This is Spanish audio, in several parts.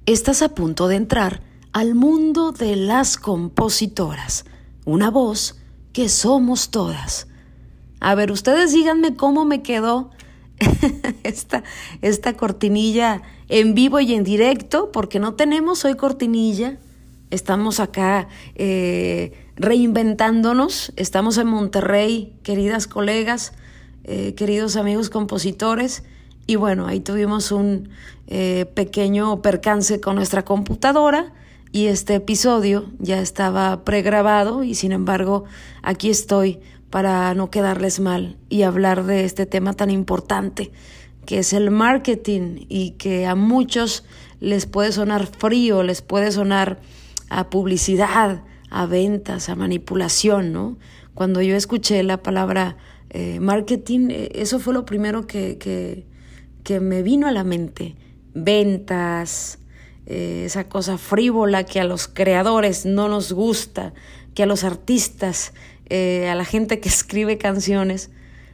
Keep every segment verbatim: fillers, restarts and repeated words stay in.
Estás a punto de entrar al mundo de las compositoras, una voz que somos todas. A ver, ustedes díganme cómo me quedó esta, esta cortinilla en vivo y en directo, porque no tenemos hoy cortinilla. Estamos acá eh, reinventándonos. Estamos en Monterrey, queridas colegas, eh, queridos amigos compositores. Y bueno, ahí tuvimos un eh, pequeño percance con nuestra computadora y este episodio ya estaba pregrabado y sin embargo aquí estoy para no quedarles mal y hablar de este tema tan importante que es el marketing y que a muchos les puede sonar frío, les puede sonar a publicidad, a ventas, a manipulación, ¿no? Cuando yo escuché la palabra eh, marketing, eh, eso fue lo primero que... que que me vino a la mente, ventas, eh, esa cosa frívola que a los creadores no nos gusta, que a los artistas, eh, a la gente que escribe canciones,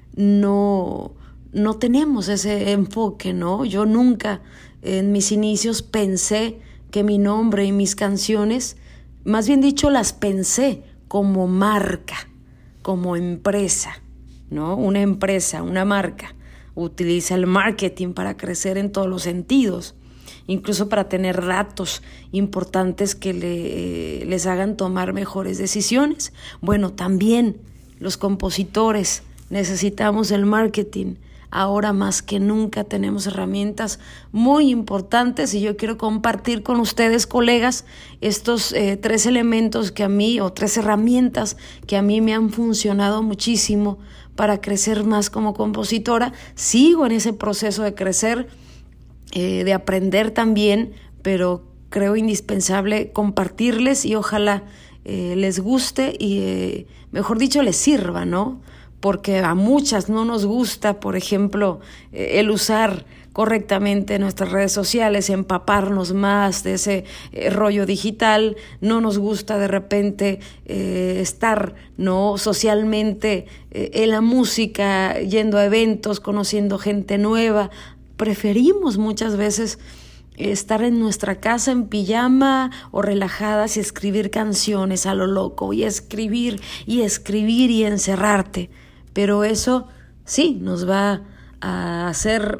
no, no tenemos ese enfoque, ¿no? Yo nunca en mis inicios pensé que mi nombre y mis canciones, más bien dicho, las pensé como marca, como empresa, ¿no? Una empresa, una marca. Utiliza el marketing para crecer en todos los sentidos, incluso para tener datos importantes que le, les hagan tomar mejores decisiones. Bueno, también los compositores necesitamos el marketing. Ahora más que nunca tenemos herramientas muy importantes y yo quiero compartir con ustedes, colegas, estos eh, tres elementos que a mí, o tres herramientas que a mí me han funcionado muchísimo para crecer más como compositora. Sigo en ese proceso de crecer, eh, de aprender también, pero creo indispensable compartirles y ojalá eh, les guste y, eh, mejor dicho, les sirva, ¿no? Porque a muchas no nos gusta, por ejemplo, eh, el usar correctamente nuestras redes sociales, empaparnos más de ese eh, rollo digital. No nos gusta de repente eh, estar no socialmente eh, en la música, yendo a eventos, conociendo gente nueva. Preferimos muchas veces estar en nuestra casa en pijama o relajadas y escribir canciones a lo loco y escribir y escribir y encerrarte. Pero eso sí nos va a hacer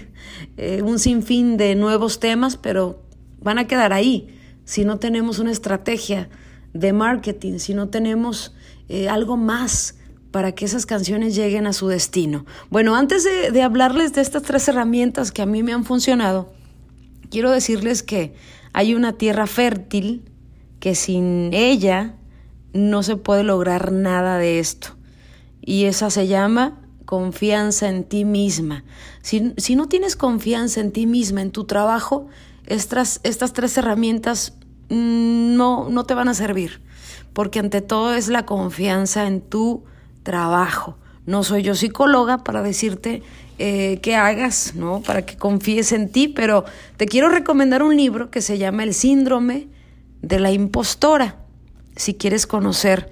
un sinfín de nuevos temas, pero van a quedar ahí si no tenemos una estrategia de marketing, si no tenemos eh, algo más para que esas canciones lleguen a su destino. Bueno, antes de, de hablarles de estas tres herramientas que a mí me han funcionado, quiero decirles que hay una tierra fértil que sin ella no se puede lograr nada de esto. Y esa se llama confianza en ti misma. Si, si no tienes confianza en ti misma, en tu trabajo, estas, estas tres herramientas no, no te van a servir. Porque ante todo es la confianza en tu trabajo. No soy yo psicóloga para decirte eh, qué hagas, ¿no? Para que confíes en ti, pero te quiero recomendar un libro que se llama El síndrome de la impostora. Si quieres conocer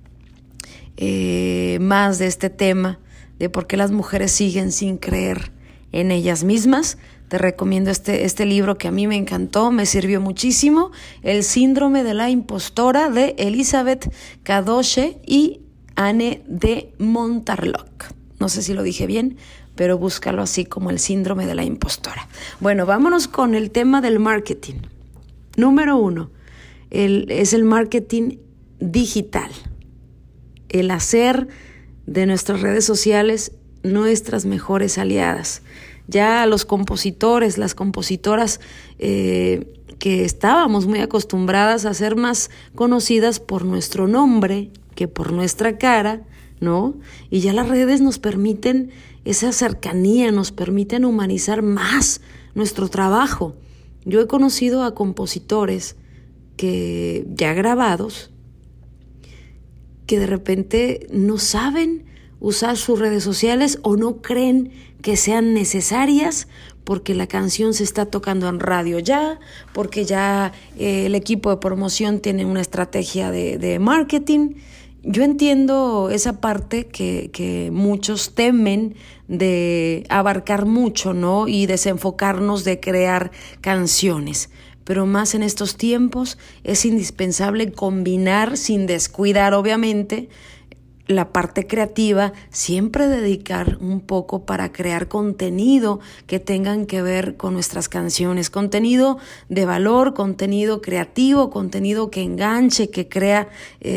Eh, más de este tema, de por qué las mujeres siguen sin creer en ellas mismas, te recomiendo este, este libro que a mí me encantó, me sirvió muchísimo, El síndrome de la impostora, de Elizabeth Cadoche y Anne de Montarloc. No sé si lo dije bien, pero búscalo así como El síndrome de la impostora. Bueno, vámonos con el tema del marketing. Número uno, el, es el marketing digital. El hacer de nuestras redes sociales nuestras mejores aliadas. Ya los compositores, las compositoras eh, que estábamos muy acostumbradas a ser más conocidas por nuestro nombre que por nuestra cara, ¿no? Y ya las redes nos permiten esa cercanía, nos permiten humanizar más nuestro trabajo. Yo he conocido a compositores que ya grabados, que de repente no saben usar sus redes sociales o no creen que sean necesarias porque la canción se está tocando en radio ya, porque ya eh, el equipo de promoción tiene una estrategia de, de marketing. Yo entiendo esa parte que, que muchos temen de abarcar mucho, ¿no? Y desenfocarnos de crear canciones. pero más en estos tiempos es indispensable combinar, sin descuidar obviamente, la parte creativa, siempre dedicar un poco para crear contenido que tengan que ver con nuestras canciones, contenido de valor, contenido creativo, contenido que enganche, que crea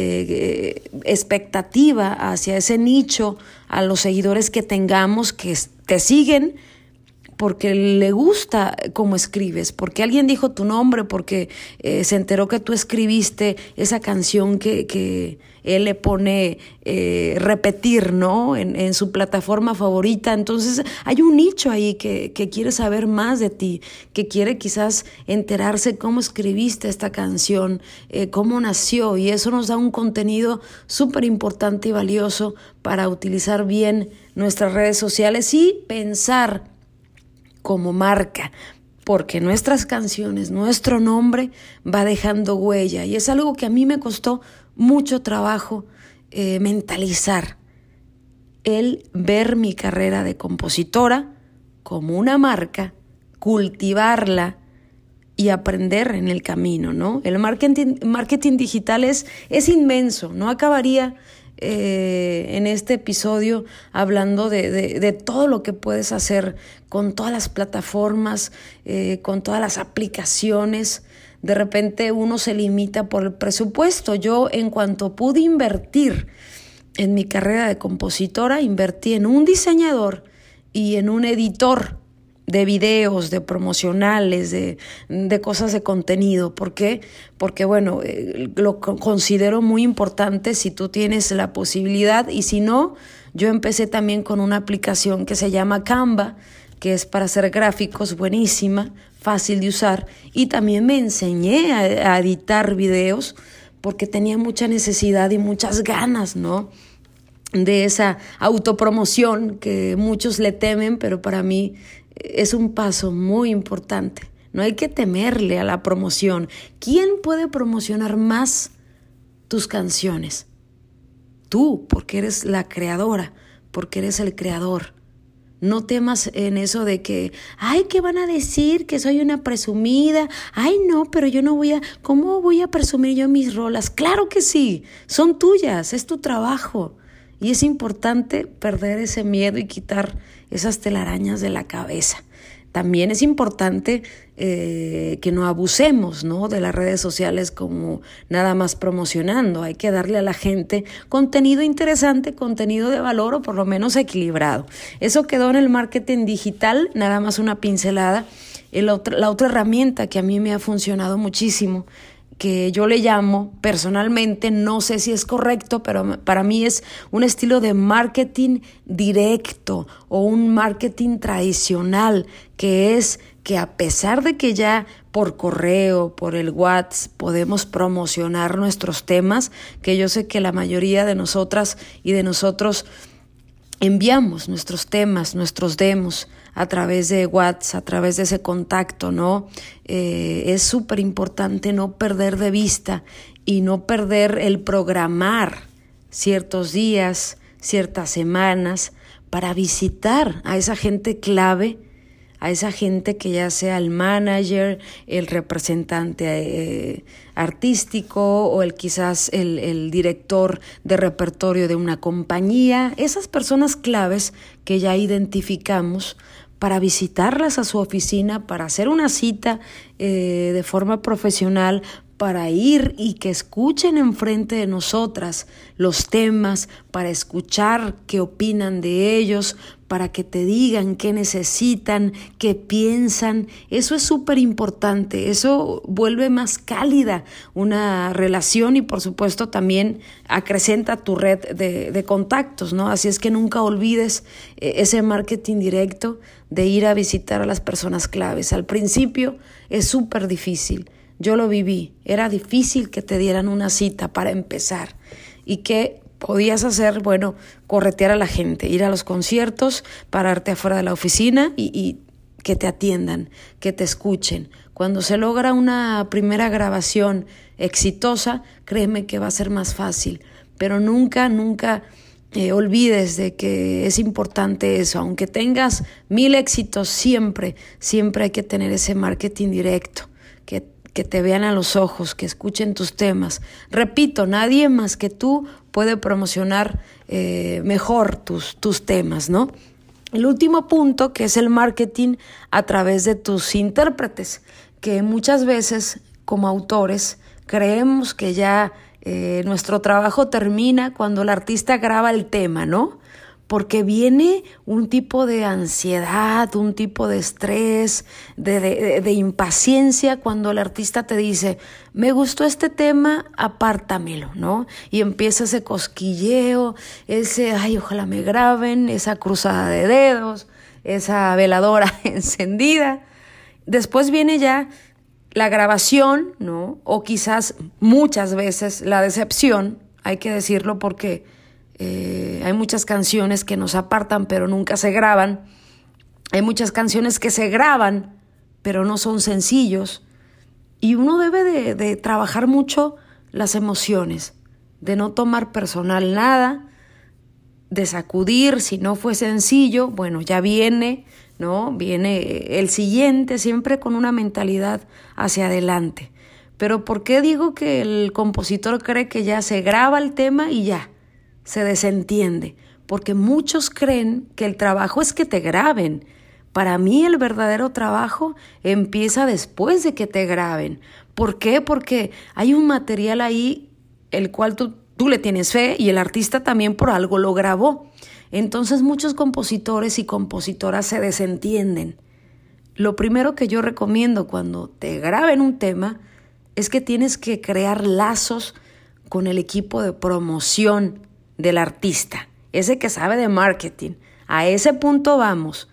eh, expectativa hacia ese nicho, a los seguidores que tengamos, que te siguen porque le gusta cómo escribes, porque alguien dijo tu nombre, porque eh, se enteró que tú escribiste esa canción que, que él le pone eh, repetir, ¿no? En, en su plataforma favorita. Entonces hay un nicho ahí que, que quiere saber más de ti, que quiere quizás enterarse cómo escribiste esta canción, eh, cómo nació, y eso nos da un contenido súper importante y valioso para utilizar bien nuestras redes sociales y pensar como marca, porque nuestras canciones, nuestro nombre va dejando huella, y es algo que a mí me costó mucho trabajo eh, mentalizar, el ver mi carrera de compositora como una marca, cultivarla y aprender en el camino, ¿no? El marketing, marketing digital es, es inmenso, no acabaría Eh, en este episodio hablando de, de, de todo lo que puedes hacer con todas las plataformas, eh, con todas las aplicaciones. De repente uno se limita por el presupuesto. Yo, en cuanto pude invertir en mi carrera de compositora, invertí en un diseñador y en un editor de videos, de promocionales, de, de cosas de contenido. ¿Por qué? Porque, bueno, eh, lo considero muy importante si tú tienes la posibilidad, y si no, yo empecé también con una aplicación que se llama Canva, que es para hacer gráficos, buenísima, fácil de usar, y también me enseñé a, a editar videos porque tenía mucha necesidad y muchas ganas, ¿no?, de esa autopromoción que muchos le temen, pero para mí es un paso muy importante. No hay que temerle a la promoción. ¿Quién puede promocionar más tus canciones? Tú, porque eres la creadora, porque eres el creador. No temas en eso de que, ay, ¿qué van a decir? Que soy una presumida. Ay, no, pero yo no voy a, ¿cómo voy a presumir yo mis rolas? Claro que sí, son tuyas, es tu trabajo. Y es importante perder ese miedo y quitar esas telarañas de la cabeza. También es importante eh, que no abusemos, ¿no?, de las redes sociales como nada más promocionando. Hay que darle a la gente contenido interesante, contenido de valor, o por lo menos equilibrado. Eso quedó en el marketing digital, nada más una pincelada. El otro, la otra herramienta que a mí me ha funcionado muchísimo, que yo le llamo personalmente, no sé si es correcto, pero para mí es un estilo de marketing directo o un marketing tradicional, que es que a pesar de que ya por correo, por el WhatsApp podemos promocionar nuestros temas, que yo sé que la mayoría de nosotras y de nosotros enviamos nuestros temas, nuestros demos a través de WhatsApp, a través de ese contacto, ¿no? Eh, es súper importante no perder de vista y no perder el programar ciertos días, ciertas semanas para visitar a esa gente clave, a esa gente que ya sea el manager, el representante eh, artístico o el quizás el, el director de repertorio de una compañía, esas personas claves que ya identificamos, para visitarlas a su oficina, para hacer una cita eh, de forma profesional, para ir y que escuchen enfrente de nosotras los temas, para escuchar qué opinan de ellos, para que te digan qué necesitan, qué piensan. Eso es súper importante, eso vuelve más cálida una relación y por supuesto también acrecenta tu red de, de contactos, ¿no? Así es que nunca olvides eh, ese marketing directo de ir a visitar a las personas claves. Al principio es súper difícil. Yo lo viví, era difícil que te dieran una cita para empezar. ¿Y qué podías hacer? Bueno, corretear a la gente, ir a los conciertos, pararte afuera de la oficina y, y que te atiendan, que te escuchen. Cuando se logra una primera grabación exitosa, créeme que va a ser más fácil, pero nunca, nunca eh, olvides de que es importante eso. Aunque tengas mil éxitos, siempre, siempre hay que tener ese marketing directo, que que te vean a los ojos, que escuchen tus temas. Repito, nadie más que tú puede promocionar eh, mejor tus, tus temas, ¿no? El último punto, que es el marketing a través de tus intérpretes, que muchas veces como autores creemos que ya eh, nuestro trabajo termina cuando el artista graba el tema, ¿no? Porque viene un tipo de ansiedad, un tipo de estrés, de, de, de impaciencia cuando el artista te dice, me gustó este tema, apártamelo, ¿no? Y empieza ese cosquilleo, ese, ay, ojalá me graben, esa cruzada de dedos, esa veladora encendida. Después viene ya la grabación, ¿no? O quizás muchas veces la decepción, hay que decirlo porque Eh, hay muchas canciones que nos apartan pero nunca se graban. Hay muchas canciones que se graban pero no son sencillos. Y uno debe de, de trabajar mucho las emociones, de no tomar personal nada, de sacudir. Si no fue sencillo, bueno, ya viene, ¿no? Viene el siguiente, siempre con una mentalidad hacia adelante. Pero ¿por qué digo que el compositor cree que ya se graba el tema y ya se desentiende? Porque muchos creen que el trabajo es que te graben. Para mí el verdadero trabajo empieza después de que te graben. ¿Por qué? Porque hay un material ahí el cual tú, tú le tienes fe y el artista también por algo lo grabó. Entonces muchos compositores y compositoras se desentienden. Lo primero que yo recomiendo cuando te graben un tema es que tienes que crear lazos con el equipo de promoción del artista, ese que sabe de marketing. A ese punto vamos.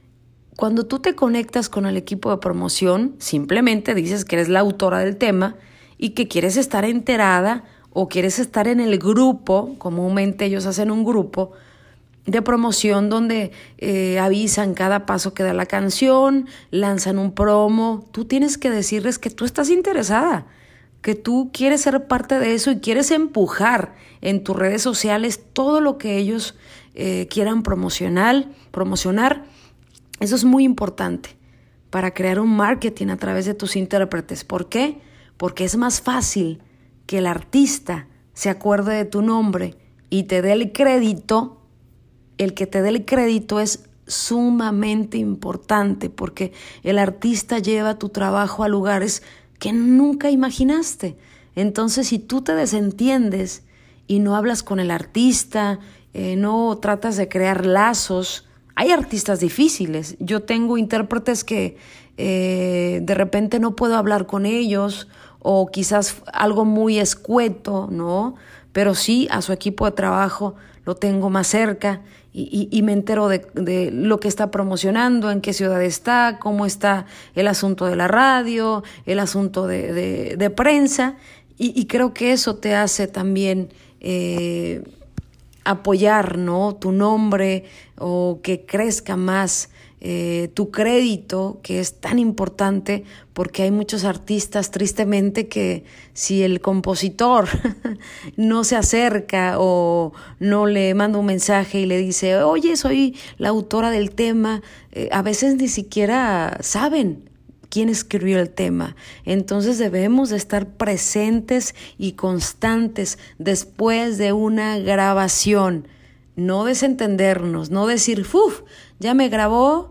Cuando tú te conectas con el equipo de promoción, simplemente dices que eres la autora del tema y que quieres estar enterada o quieres estar en el grupo. Comúnmente ellos hacen un grupo de promoción donde eh, avisan cada paso que da la canción, lanzan un promo. Tú tienes que decirles que tú estás interesada, que tú quieres ser parte de eso y quieres empujar en tus redes sociales todo lo que ellos eh, quieran promocionar, promocionar. Eso es muy importante para crear un marketing a través de tus intérpretes. ¿Por qué? Porque es más fácil que el artista se acuerde de tu nombre y te dé el crédito. El que te dé el crédito es sumamente importante porque el artista lleva tu trabajo a lugares que nunca imaginaste. Entonces, si tú te desentiendes y no hablas con el artista, eh, no tratas de crear lazos, hay artistas difíciles. Yo tengo intérpretes que eh, de repente no puedo hablar con ellos o quizás algo muy escueto, ¿no? Pero sí a su equipo de trabajo lo tengo más cerca y, y, y me entero de, de lo que está promocionando, en qué ciudad está, cómo está el asunto de la radio, el asunto de, de, de prensa, y, y creo que eso te hace también eh, apoyar, ¿no?, tu nombre o que crezca más eh, tu crédito, que es tan importante porque hay muchos artistas, tristemente, que si el compositor no se acerca o no le manda un mensaje y le dice, oye, soy la autora del tema, eh, a veces ni siquiera saben quién escribió el tema. Entonces debemos de estar presentes y constantes después de una grabación. No desentendernos, no decir, ¡uf! Ya me grabó,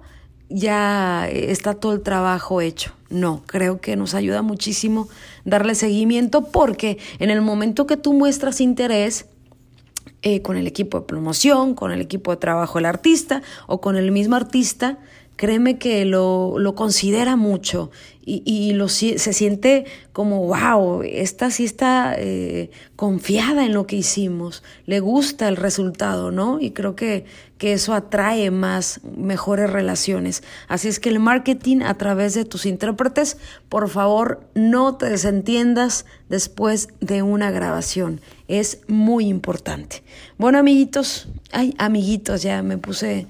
ya está todo el trabajo hecho. No, creo que nos ayuda muchísimo darle seguimiento porque en el momento que tú muestras interés eh, con el equipo de promoción, con el equipo de trabajo del artista o con el mismo artista, créeme que lo, lo considera mucho y, y lo, se siente como, wow, esta sí está eh, confiada en lo que hicimos, le gusta el resultado, ¿no? Y creo que, que eso atrae más, mejores relaciones. Así es que el marketing a través de tus intérpretes, por favor, no te desentiendas después de una grabación. Es muy importante. Bueno, amiguitos, ay, amiguitos, ya me puse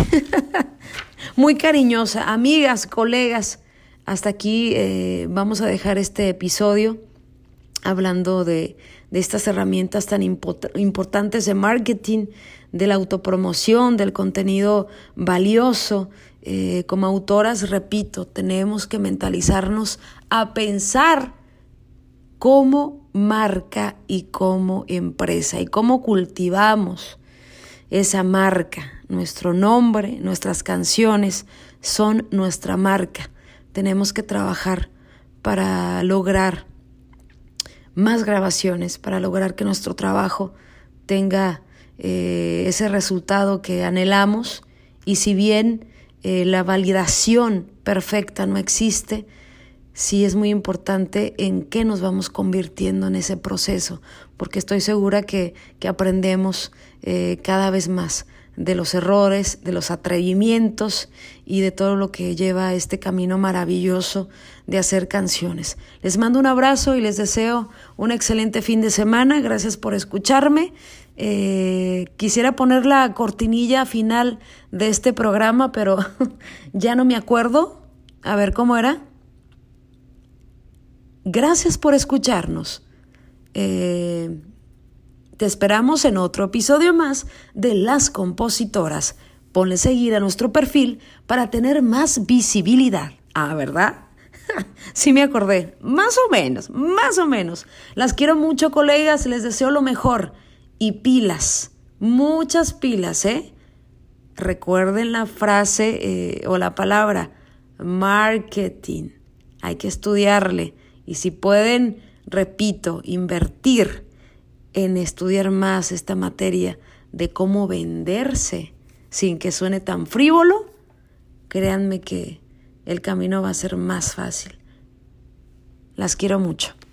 muy cariñosa. Amigas, colegas, hasta aquí eh, vamos a dejar este episodio hablando de, de estas herramientas tan import- importantes de marketing, de la autopromoción, del contenido valioso. Eh, como autoras, repito, tenemos que mentalizarnos a pensar como marca y como empresa y cómo cultivamos esa marca. Nuestro nombre, nuestras canciones son nuestra marca. Tenemos que trabajar para lograr más grabaciones, para lograr que nuestro trabajo tenga eh, ese resultado que anhelamos. Y si bien eh, la validación perfecta no existe, sí es muy importante en qué nos vamos convirtiendo en ese proceso, porque estoy segura que, que aprendemos eh, cada vez más de los errores, de los atrevimientos y de todo lo que lleva a este camino maravilloso de hacer canciones. Les mando un abrazo y les deseo un excelente fin de semana. Gracias por escucharme. Eh, quisiera poner la cortinilla final de este programa, pero ya no me acuerdo. A ver cómo era. Gracias por escucharnos. Eh, te esperamos en otro episodio más de Las Compositoras. Ponle seguir a nuestro perfil para tener más visibilidad. Ah, ¿verdad? Sí me acordé. Más o menos, más o menos. Las quiero mucho, colegas. Les deseo lo mejor. Y pilas. Muchas pilas, ¿eh? Recuerden la frase eh, o la palabra marketing. Hay que estudiarle. Y si pueden, repito, invertir en estudiar más esta materia de cómo venderse sin que suene tan frívolo, créanme que el camino va a ser más fácil. Las quiero mucho.